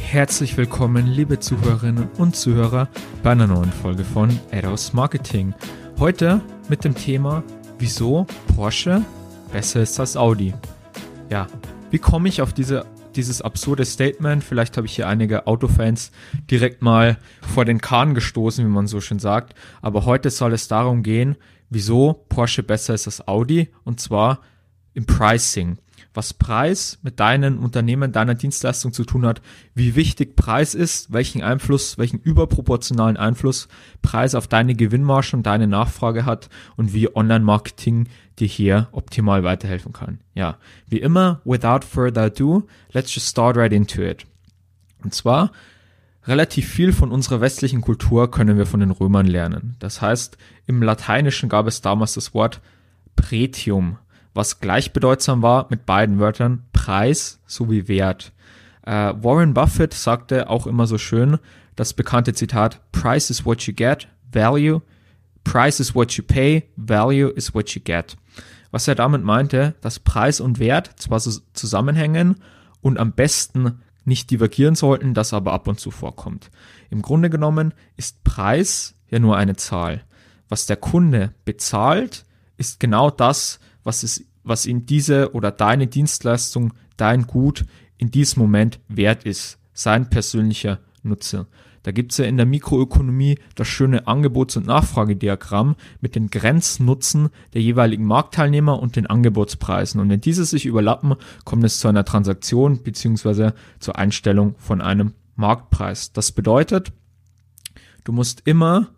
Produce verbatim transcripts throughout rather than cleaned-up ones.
Herzlich willkommen, liebe Zuhörerinnen und Zuhörer, bei einer neuen Folge von Eros Marketing. Heute mit dem Thema, wieso Porsche besser ist als Audi. Ja, wie komme ich auf diese, dieses absurde Statement? Vielleicht habe ich hier einige Autofans direkt mal vor den Kahn gestoßen, wie man so schön sagt. Aber heute soll es darum gehen, wieso Porsche besser ist als Audi, und zwar im Pricing. Was Preis mit deinem Unternehmen, deiner Dienstleistung zu tun hat, wie wichtig Preis ist, welchen Einfluss, welchen überproportionalen Einfluss Preis auf deine Gewinnmarge und deine Nachfrage hat und wie Online-Marketing dir hier optimal weiterhelfen kann. Ja, wie immer, without further ado, let's just start right into it. Und zwar, relativ viel von unserer westlichen Kultur können wir von den Römern lernen. Das heißt, im Lateinischen gab es damals das Wort Pretium, was gleichbedeutsam war mit beiden Wörtern Preis sowie Wert. Äh, Warren Buffett sagte auch immer so schön das bekannte Zitat, Price is what you get, value, Price is what you pay, value is what you get. Was er damit meinte, dass Preis und Wert zwar so zusammenhängen und am besten nicht divergieren sollten, das aber ab und zu vorkommt. Im Grunde genommen ist Preis ja nur eine Zahl. Was der Kunde bezahlt, ist genau das, was es, was ihm diese oder deine Dienstleistung, dein Gut in diesem Moment wert ist, sein persönlicher Nutzer. Da gibt es ja in der Mikroökonomie das schöne Angebots- und Nachfragediagramm mit den Grenznutzen der jeweiligen Marktteilnehmer und den Angebotspreisen. Und wenn diese sich überlappen, kommt es zu einer Transaktion bzw. zur Einstellung von einem Marktpreis. Das bedeutet, du musst immer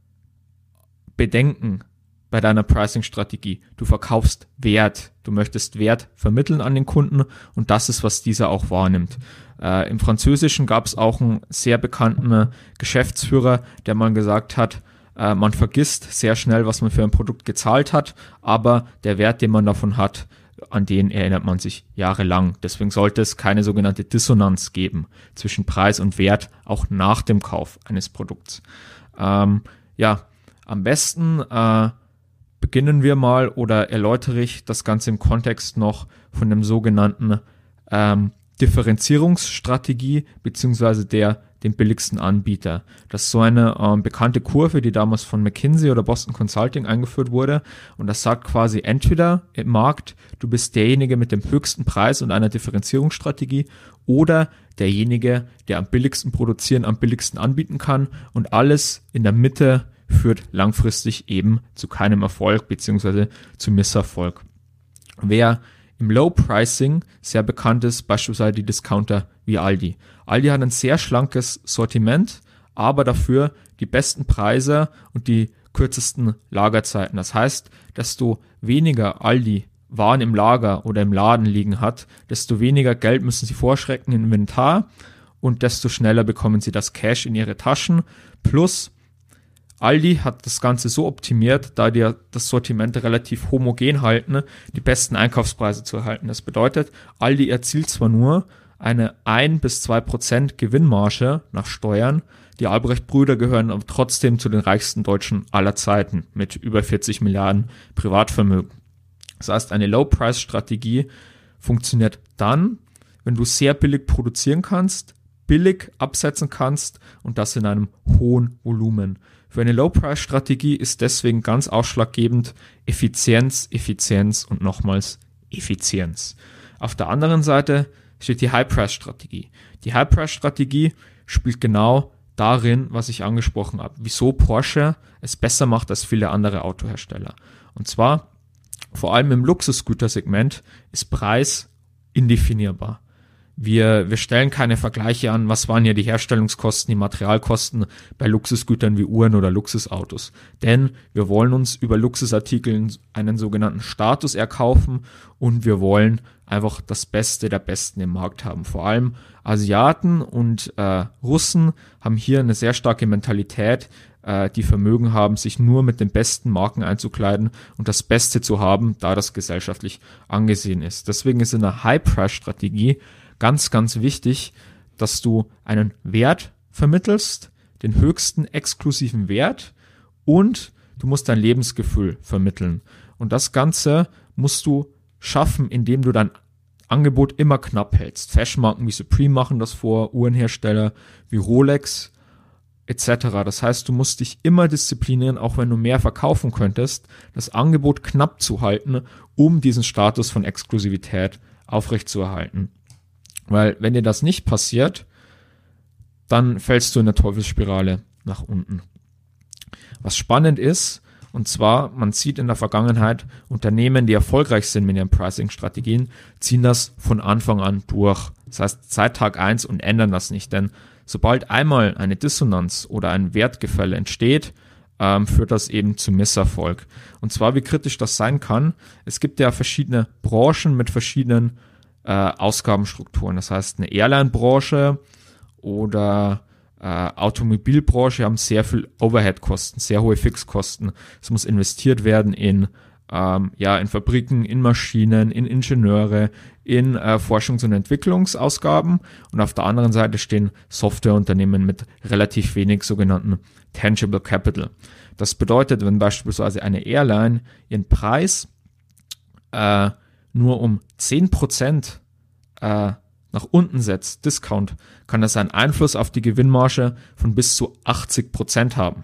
bedenken, bei deiner Pricing-Strategie. Du verkaufst Wert. Du möchtest Wert vermitteln an den Kunden und das ist, was dieser auch wahrnimmt. Äh, im Französischen gab es auch einen sehr bekannten äh, Geschäftsführer, der mal gesagt hat, äh, man vergisst sehr schnell, was man für ein Produkt gezahlt hat, aber der Wert, den man davon hat, an den erinnert man sich jahrelang. Deswegen sollte es keine sogenannte Dissonanz geben zwischen Preis und Wert, auch nach dem Kauf eines Produkts. Ähm, ja, am besten äh, beginnen wir mal oder erläutere ich das Ganze im Kontext noch von dem sogenannten ähm, Differenzierungsstrategie beziehungsweise der dem billigsten Anbieter. Das ist so eine ähm, bekannte Kurve, die damals von McKinsey oder Boston Consulting eingeführt wurde und das sagt quasi entweder im Markt, du bist derjenige mit dem höchsten Preis und einer Differenzierungsstrategie oder derjenige, der am billigsten produzieren, am billigsten anbieten kann und alles in der Mitte führt langfristig eben zu keinem Erfolg bzw. zu Misserfolg. Wer im Low Pricing sehr bekannt ist, beispielsweise die Discounter wie Aldi. Aldi hat ein sehr schlankes Sortiment, aber dafür die besten Preise und die kürzesten Lagerzeiten. Das heißt, desto weniger Aldi Waren im Lager oder im Laden liegen hat, desto weniger Geld müssen sie vorschrecken im Inventar und desto schneller bekommen sie das Cash in ihre Taschen. Plus Aldi hat das Ganze so optimiert, da die das Sortiment relativ homogen halten, die besten Einkaufspreise zu erhalten. Das bedeutet, Aldi erzielt zwar nur eine ein bis zwei Prozent Gewinnmarge nach Steuern, die Albrecht-Brüder gehören aber trotzdem zu den reichsten Deutschen aller Zeiten mit über vierzig Milliarden Privatvermögen. Das heißt, eine Low-Price-Strategie funktioniert dann, wenn du sehr billig produzieren kannst, billig absetzen kannst und das in einem hohen Volumen. Für eine Low-Price-Strategie ist deswegen ganz ausschlaggebend Effizienz, Effizienz und nochmals Effizienz. Auf der anderen Seite steht die High-Price-Strategie. Die High-Price-Strategie spielt genau darin, was ich angesprochen habe, wieso Porsche es besser macht als viele andere Autohersteller. Und zwar, vor allem im Luxusgütersegment, ist Preis indefinierbar. Wir, wir stellen keine Vergleiche an, was waren ja die Herstellungskosten, die Materialkosten bei Luxusgütern wie Uhren oder Luxusautos. Denn wir wollen uns über Luxusartikel einen sogenannten Status erkaufen und wir wollen einfach das Beste der Besten im Markt haben. Vor allem Asiaten und äh, Russen haben hier eine sehr starke Mentalität, äh, die Vermögen haben, sich nur mit den besten Marken einzukleiden und das Beste zu haben, da das gesellschaftlich angesehen ist. Deswegen ist in der High-Price-Strategie ganz, ganz wichtig, dass du einen Wert vermittelst, den höchsten exklusiven Wert und du musst dein Lebensgefühl vermitteln. Und das Ganze musst du schaffen, indem du dein Angebot immer knapp hältst. Fashionmarken wie Supreme machen das vor, Uhrenhersteller wie Rolex et cetera. Das heißt, du musst dich immer disziplinieren, auch wenn du mehr verkaufen könntest, das Angebot knapp zu halten, um diesen Status von Exklusivität aufrechtzuerhalten. Weil wenn dir das nicht passiert, dann fällst du in der Teufelsspirale nach unten. Was spannend ist, und zwar, man sieht in der Vergangenheit, Unternehmen, die erfolgreich sind mit ihren Pricing-Strategien, ziehen das von Anfang an durch. Das heißt, seit Tag eins und ändern das nicht. Denn sobald einmal eine Dissonanz oder ein Wertgefälle entsteht, ähm, führt das eben zu Misserfolg. Und zwar, wie kritisch das sein kann. Es gibt ja verschiedene Branchen mit verschiedenen äh, Ausgabenstrukturen. Das heißt, eine Airline-Branche oder Äh, Automobilbranche haben sehr viel Overhead-Kosten, sehr hohe Fixkosten. Es muss investiert werden in, ähm, ja, in Fabriken, in Maschinen, in Ingenieure, in äh, Forschungs- und Entwicklungsausgaben. Und auf der anderen Seite stehen Softwareunternehmen mit relativ wenig sogenannten Tangible Capital. Das bedeutet, wenn beispielsweise eine Airline ihren Preis äh, nur um zehn Prozent äh, nach unten setzt, Discount, kann das einen Einfluss auf die Gewinnmarge von bis zu achtzig Prozent haben.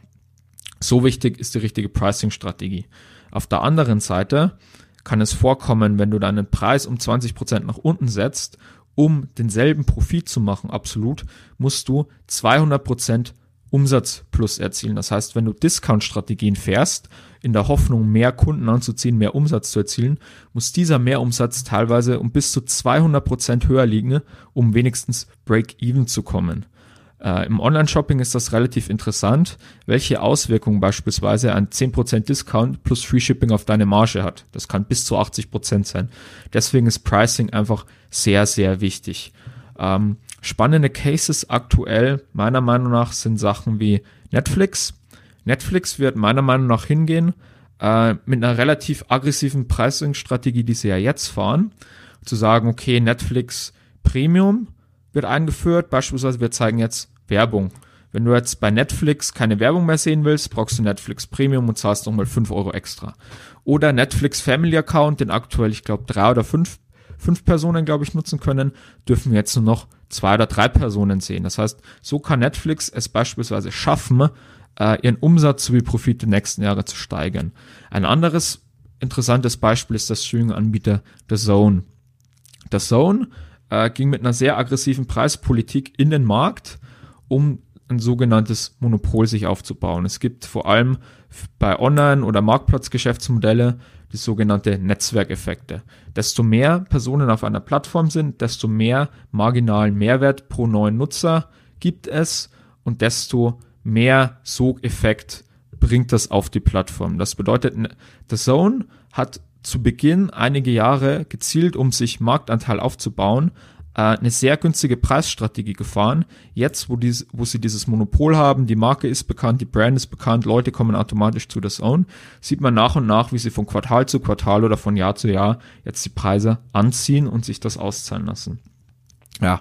So wichtig ist die richtige Pricing-Strategie. Auf der anderen Seite kann es vorkommen, wenn du deinen Preis um zwanzig Prozent nach unten setzt, um denselben Profit zu machen, absolut, musst du zweihundert Prozent Umsatz plus erzielen. Das heißt, wenn du Discount-Strategien fährst, in der Hoffnung, mehr Kunden anzuziehen, mehr Umsatz zu erzielen, muss dieser Mehrumsatz teilweise um bis zu zweihundert Prozent höher liegen, um wenigstens Break-Even zu kommen. Äh, Im Online-Shopping ist das relativ interessant, welche Auswirkungen beispielsweise ein zehn Prozent Discount plus Free Shipping auf deine Marge hat. Das kann bis zu achtzig Prozent sein. Deswegen ist Pricing einfach sehr, sehr wichtig. Ähm, Spannende Cases aktuell, meiner Meinung nach, sind Sachen wie Netflix. Netflix wird meiner Meinung nach hingehen, äh, mit einer relativ aggressiven Pricing-Strategie, die sie ja jetzt fahren, zu sagen, okay, Netflix Premium wird eingeführt, beispielsweise wir zeigen jetzt Werbung. Wenn du jetzt bei Netflix keine Werbung mehr sehen willst, brauchst du Netflix Premium und zahlst nochmal fünf Euro extra. Oder Netflix Family Account, den aktuell, ich glaube, drei oder fünf fünf Personen, glaube ich, nutzen können, dürfen jetzt nur noch zwei oder drei Personen sehen. Das heißt, so kann Netflix es beispielsweise schaffen, äh, ihren Umsatz sowie Profit der nächsten Jahre zu steigern. Ein anderes interessantes Beispiel ist der Streaming-Anbieter The Zone. The Zone äh, ging mit einer sehr aggressiven Preispolitik in den Markt, um ein sogenanntes Monopol sich aufzubauen. Es gibt vor allem bei Online- oder Marktplatzgeschäftsmodelle die sogenannte Netzwerkeffekte. Desto mehr Personen auf einer Plattform sind, desto mehr marginalen Mehrwert pro neuen Nutzer gibt es und desto mehr Sogeffekt bringt das auf die Plattform. Das bedeutet, The Zone hat zu Beginn einige Jahre gezielt, um sich Marktanteil aufzubauen, eine sehr günstige Preisstrategie gefahren. Jetzt, wo, dies, wo sie dieses Monopol haben, die Marke ist bekannt, die Brand ist bekannt, Leute kommen automatisch zu The Zone, sieht man nach und nach, wie sie von Quartal zu Quartal oder von Jahr zu Jahr jetzt die Preise anziehen und sich das auszahlen lassen. Ja,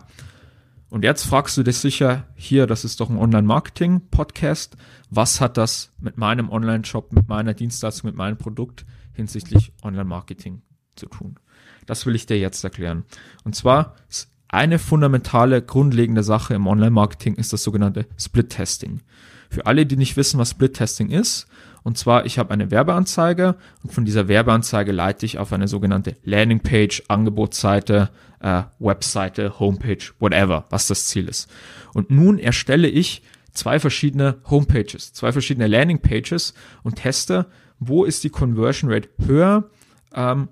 und jetzt fragst du dich sicher, hier, das ist doch ein Online-Marketing-Podcast, was hat das mit meinem Online-Shop, mit meiner Dienstleistung, mit meinem Produkt hinsichtlich Online-Marketing zu tun? Das will ich dir jetzt erklären. Und zwar ist eine fundamentale, grundlegende Sache im Online-Marketing ist das sogenannte Split-Testing. Für alle, die nicht wissen, was Split-Testing ist, und zwar, ich habe eine Werbeanzeige und von dieser Werbeanzeige leite ich auf eine sogenannte Landingpage, Angebotsseite, äh, Webseite, Homepage, whatever, was das Ziel ist. Und nun erstelle ich zwei verschiedene Homepages, zwei verschiedene Landingpages und teste, wo ist die Conversion Rate höher, ähm,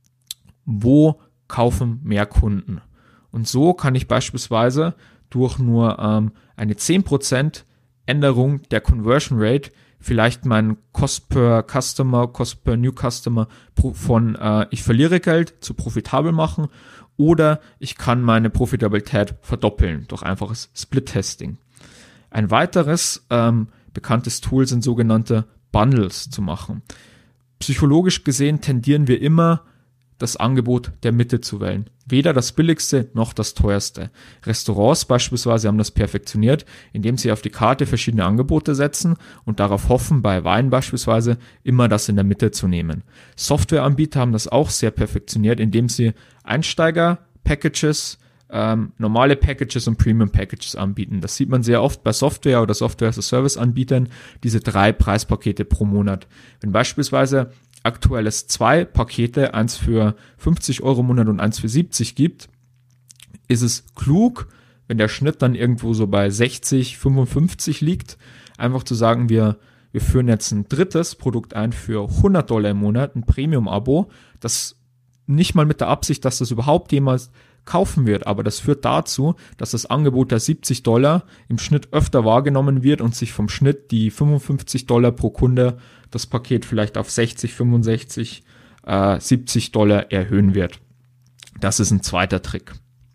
wo kaufen mehr Kunden. Und so kann ich beispielsweise durch nur ähm, eine zehn Prozent Änderung der Conversion Rate vielleicht meinen Cost per Customer, Cost per New Customer von äh, ich verliere Geld zu profitabel machen oder ich kann meine Profitabilität verdoppeln durch einfaches Split-Testing. Ein weiteres ähm, bekanntes Tool sind sogenannte Bundles zu machen. Psychologisch gesehen tendieren wir immer das Angebot der Mitte zu wählen. Weder das billigste noch das teuerste. Restaurants beispielsweise haben das perfektioniert, indem sie auf die Karte verschiedene Angebote setzen und darauf hoffen, bei Wein beispielsweise immer das in der Mitte zu nehmen. Softwareanbieter haben das auch sehr perfektioniert, indem sie Einsteiger-Packages, ähm, normale Packages und Premium-Packages anbieten. Das sieht man sehr oft bei Software- oder Software-as-a-Service-Anbietern, diese drei Preispakete pro Monat. Wenn beispielsweise aktuell es zwei Pakete, eins für fünfzig Euro im Monat und eins für siebzig gibt, ist es klug, wenn der Schnitt dann irgendwo so bei sechzig, fünfundfünfzig liegt, einfach zu sagen, wir, wir führen jetzt ein drittes Produkt ein für hundert Dollar im Monat, ein Premium-Abo, das nicht mal mit der Absicht, dass das überhaupt jemals kaufen wird, aber das führt dazu, dass das Angebot der siebzig Dollar im Schnitt öfter wahrgenommen wird und sich vom Schnitt die fünfundfünfzig Dollar pro Kunde das Paket vielleicht auf sechzig, fünfundsechzig, äh, siebzig Dollar erhöhen wird. Das ist ein zweiter Trick.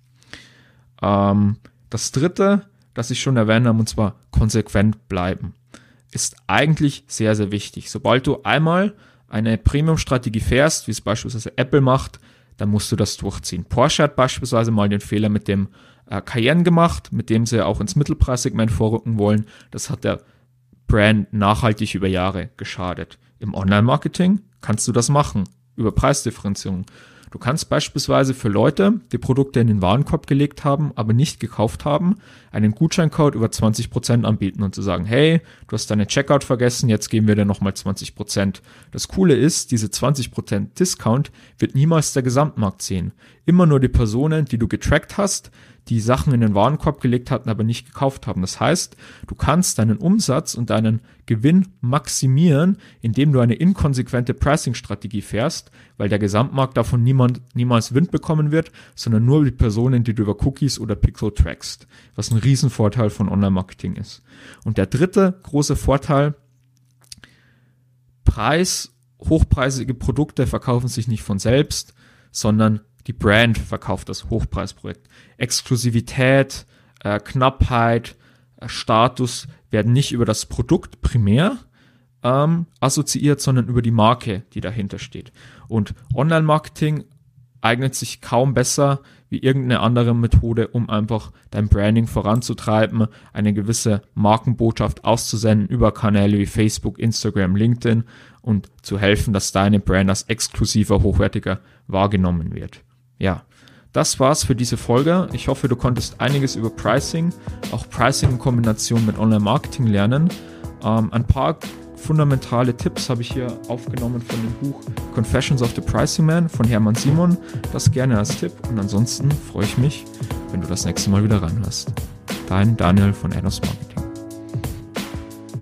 Ähm, das dritte, das ich schon erwähnt habe, und zwar konsequent bleiben, ist eigentlich sehr, sehr wichtig. Sobald du einmal eine Premium-Strategie fährst, wie es beispielsweise Apple macht, dann musst du das durchziehen. Porsche hat beispielsweise mal den Fehler mit dem äh, Cayenne gemacht, mit dem sie auch ins Mittelpreissegment vorrücken wollen. Das hat der Brand nachhaltig über Jahre geschadet. Im Online-Marketing kannst du das machen, über Preisdifferenzierung. Du kannst beispielsweise für Leute, die Produkte in den Warenkorb gelegt haben, aber nicht gekauft haben, einen Gutscheincode über zwanzig Prozent anbieten und zu sagen, hey, du hast deine Checkout vergessen, jetzt geben wir dir nochmal zwanzig Prozent. Das Coole ist, diese zwanzig Prozent Discount wird niemals der Gesamtmarkt sehen. Immer nur die Personen, die du getrackt hast, die Sachen in den Warenkorb gelegt hatten, aber nicht gekauft haben. Das heißt, du kannst deinen Umsatz und deinen Gewinn maximieren, indem du eine inkonsequente Pricing-Strategie fährst, weil der Gesamtmarkt davon niemand, niemals Wind bekommen wird, sondern nur die Personen, die du über Cookies oder Pixel trackst, was ein Riesenvorteil von Online-Marketing ist. Und der dritte große Vorteil, Preis, hochpreisige Produkte verkaufen sich nicht von selbst, sondern die Brand verkauft das Hochpreisprojekt. Exklusivität, äh, Knappheit, äh, Status werden nicht über das Produkt primär ähm, assoziiert, sondern über die Marke, die dahinter steht. Und Online-Marketing eignet sich kaum besser wie irgendeine andere Methode, um einfach dein Branding voranzutreiben, eine gewisse Markenbotschaft auszusenden über Kanäle wie Facebook, Instagram, LinkedIn und zu helfen, dass deine Brand als exklusiver, hochwertiger wahrgenommen wird. Ja, das war's für diese Folge. Ich hoffe, du konntest einiges über Pricing, auch Pricing in Kombination mit Online-Marketing lernen. Ähm, ein paar fundamentale Tipps habe ich hier aufgenommen von dem Buch Confessions of the Pricing Man von Hermann Simon. Das gerne als Tipp und ansonsten freue ich mich, wenn du das nächste Mal wieder reinhörst. Dein Daniel von Ados Marketing.